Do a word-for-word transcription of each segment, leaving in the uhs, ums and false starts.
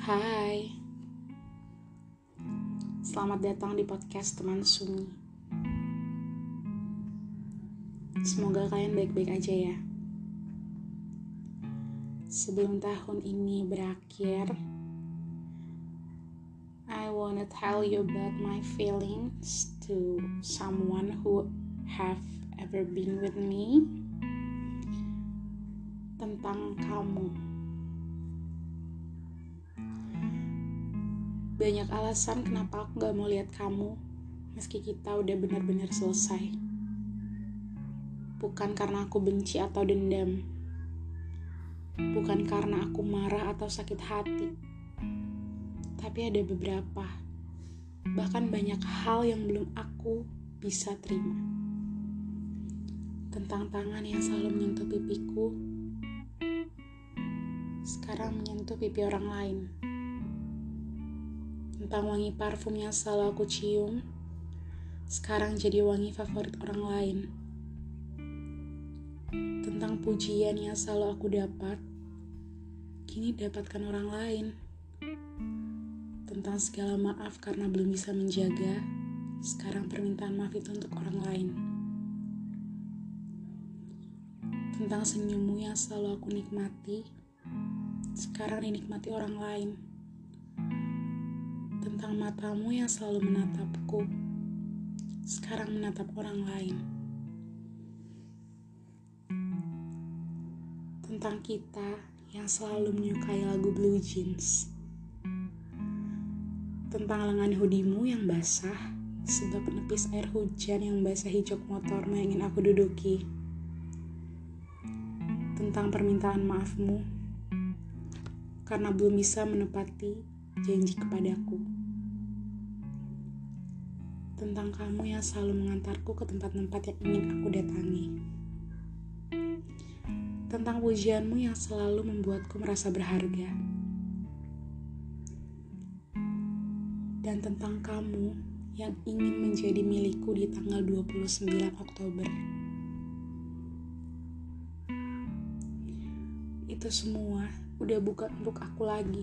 Hai, selamat datang di podcast Teman Sunyi. Semoga kalian baik-baik aja ya. Sebelum tahun ini berakhir, I wanna tell you about my feelings to someone who have ever been with me, tentang kamu. Banyak alasan kenapa aku gak mau lihat kamu meski kita udah benar-benar selesai. Bukan karena aku benci atau dendam. Bukan karena aku marah atau sakit hati. Tapi ada beberapa, bahkan banyak hal yang belum aku bisa terima. Tentang tangan yang selalu menyentuh pipiku, sekarang menyentuh pipi orang lain. Tentang wangi parfum yang selalu aku cium, sekarang jadi wangi favorit orang lain. Tentang pujian yang selalu aku dapat, kini dapatkan orang lain. Tentang segala maaf karena belum bisa menjaga, sekarang permintaan maaf itu untuk orang lain. Tentang senyummu yang selalu aku nikmati, sekarang dinikmati orang lain. Tentang matamu yang selalu menatapku, sekarang menatap orang lain. Tentang kita yang selalu menyukai lagu Blue Jeans. Tentang lengan hoodie-mu yang basah sebab menepis air hujan yang membasahi jok motormu yang ingin aku duduki. Tentang permintaan maafmu karena belum bisa menepati janji kepadaku. Tentang kamu yang selalu mengantarku ke tempat-tempat yang ingin aku datangi. Tentang pujianmu yang selalu membuatku merasa berharga. Dan tentang kamu yang ingin menjadi milikku di tanggal dua puluh sembilan Oktober. Itu semua udah bukan untuk aku lagi.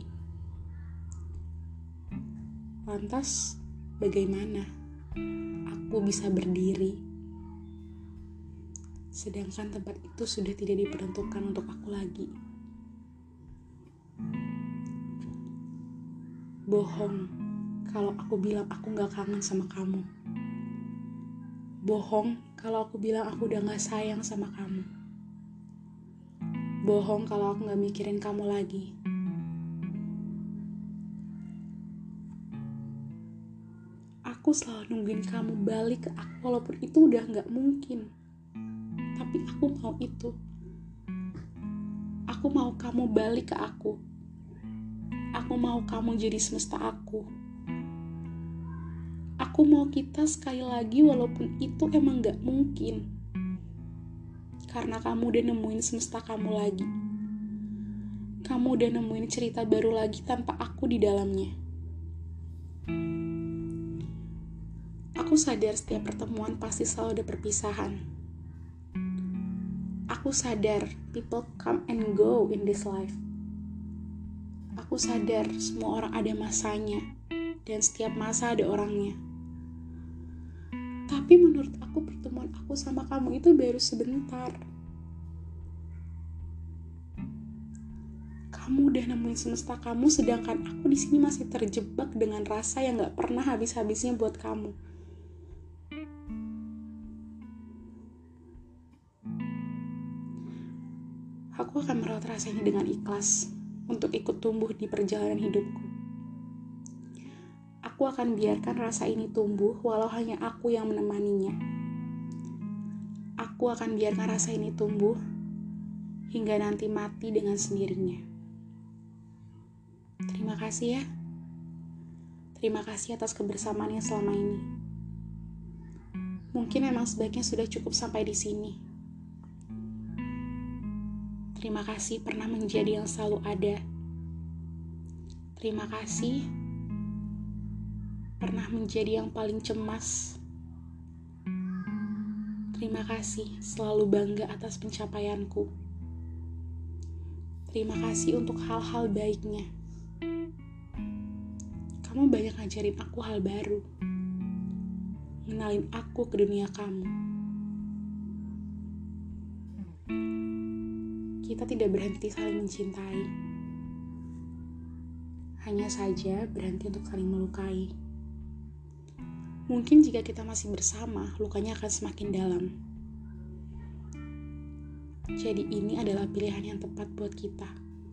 Lantas, bagaimana aku bisa berdiri, sedangkan tempat itu sudah tidak diperuntukkan untuk aku lagi? Bohong kalau aku bilang aku gak kangen sama kamu. Bohong kalau aku bilang aku udah gak sayang sama kamu. Bohong kalau aku gak mikirin kamu lagi. Aku selalu nungguin kamu balik ke aku walaupun itu udah gak mungkin. Tapi aku mau itu. Aku mau kamu balik ke aku. Aku mau kamu jadi semesta aku. Aku mau kita sekali lagi walaupun itu emang gak mungkin. Karena kamu udah nemuin semesta kamu lagi. Kamu udah nemuin cerita baru lagi tanpa aku di dalamnya. Aku sadar setiap pertemuan pasti selalu ada perpisahan. Aku sadar people come and go in this life. Aku sadar semua orang ada masanya dan setiap masa ada orangnya. Tapi menurut aku pertemuan aku sama kamu itu baru sebentar. Kamu udah nemuin semesta kamu, sedangkan aku di sini masih terjebak dengan rasa yang gak pernah habis-habisnya buat kamu. Aku akan merawat rasa ini dengan ikhlas untuk ikut tumbuh di perjalanan hidupku. Aku akan biarkan rasa ini tumbuh walau hanya aku yang menemaninya. Aku akan biarkan rasa ini tumbuh hingga nanti mati dengan sendirinya. Terima kasih ya. Terima kasih atas kebersamaannya selama ini. Mungkin memang sebaiknya sudah cukup sampai di sini. Terima kasih pernah menjadi yang selalu ada. Terima kasih pernah menjadi yang paling cemas. Terima kasih selalu bangga atas pencapaianku. Terima kasih untuk hal-hal baiknya. Kamu banyak ngajarin aku hal baru, ngenalin aku ke dunia kamu. Kita tidak berhenti saling mencintai, hanya saja berhenti untuk saling melukai. Mungkin jika kita masih bersama, lukanya akan semakin dalam. Jadi ini adalah pilihan yang tepat buat kita.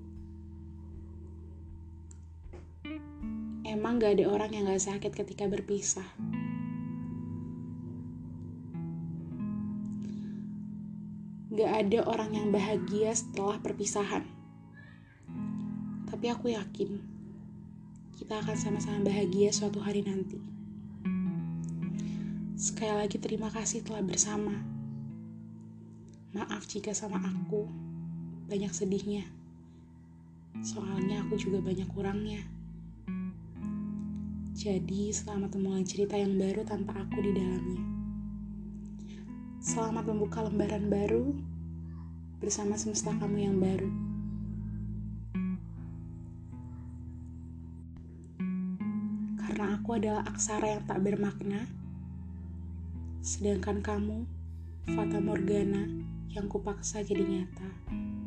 Emang gak ada orang yang gak sakit ketika berpisah. Gak ada orang yang bahagia setelah perpisahan. Tapi aku yakin, kita akan sama-sama bahagia suatu hari nanti. Sekali lagi terima kasih telah bersama. Maaf jika sama aku banyak sedihnya. Soalnya aku juga banyak kurangnya. Jadi selamat memulai cerita yang baru tanpa aku di dalamnya. Selamat membuka lembaran baru bersama semesta kamu yang baru. Karena aku adalah aksara yang tak bermakna, sedangkan kamu, fata morgana yang kupaksa jadi nyata.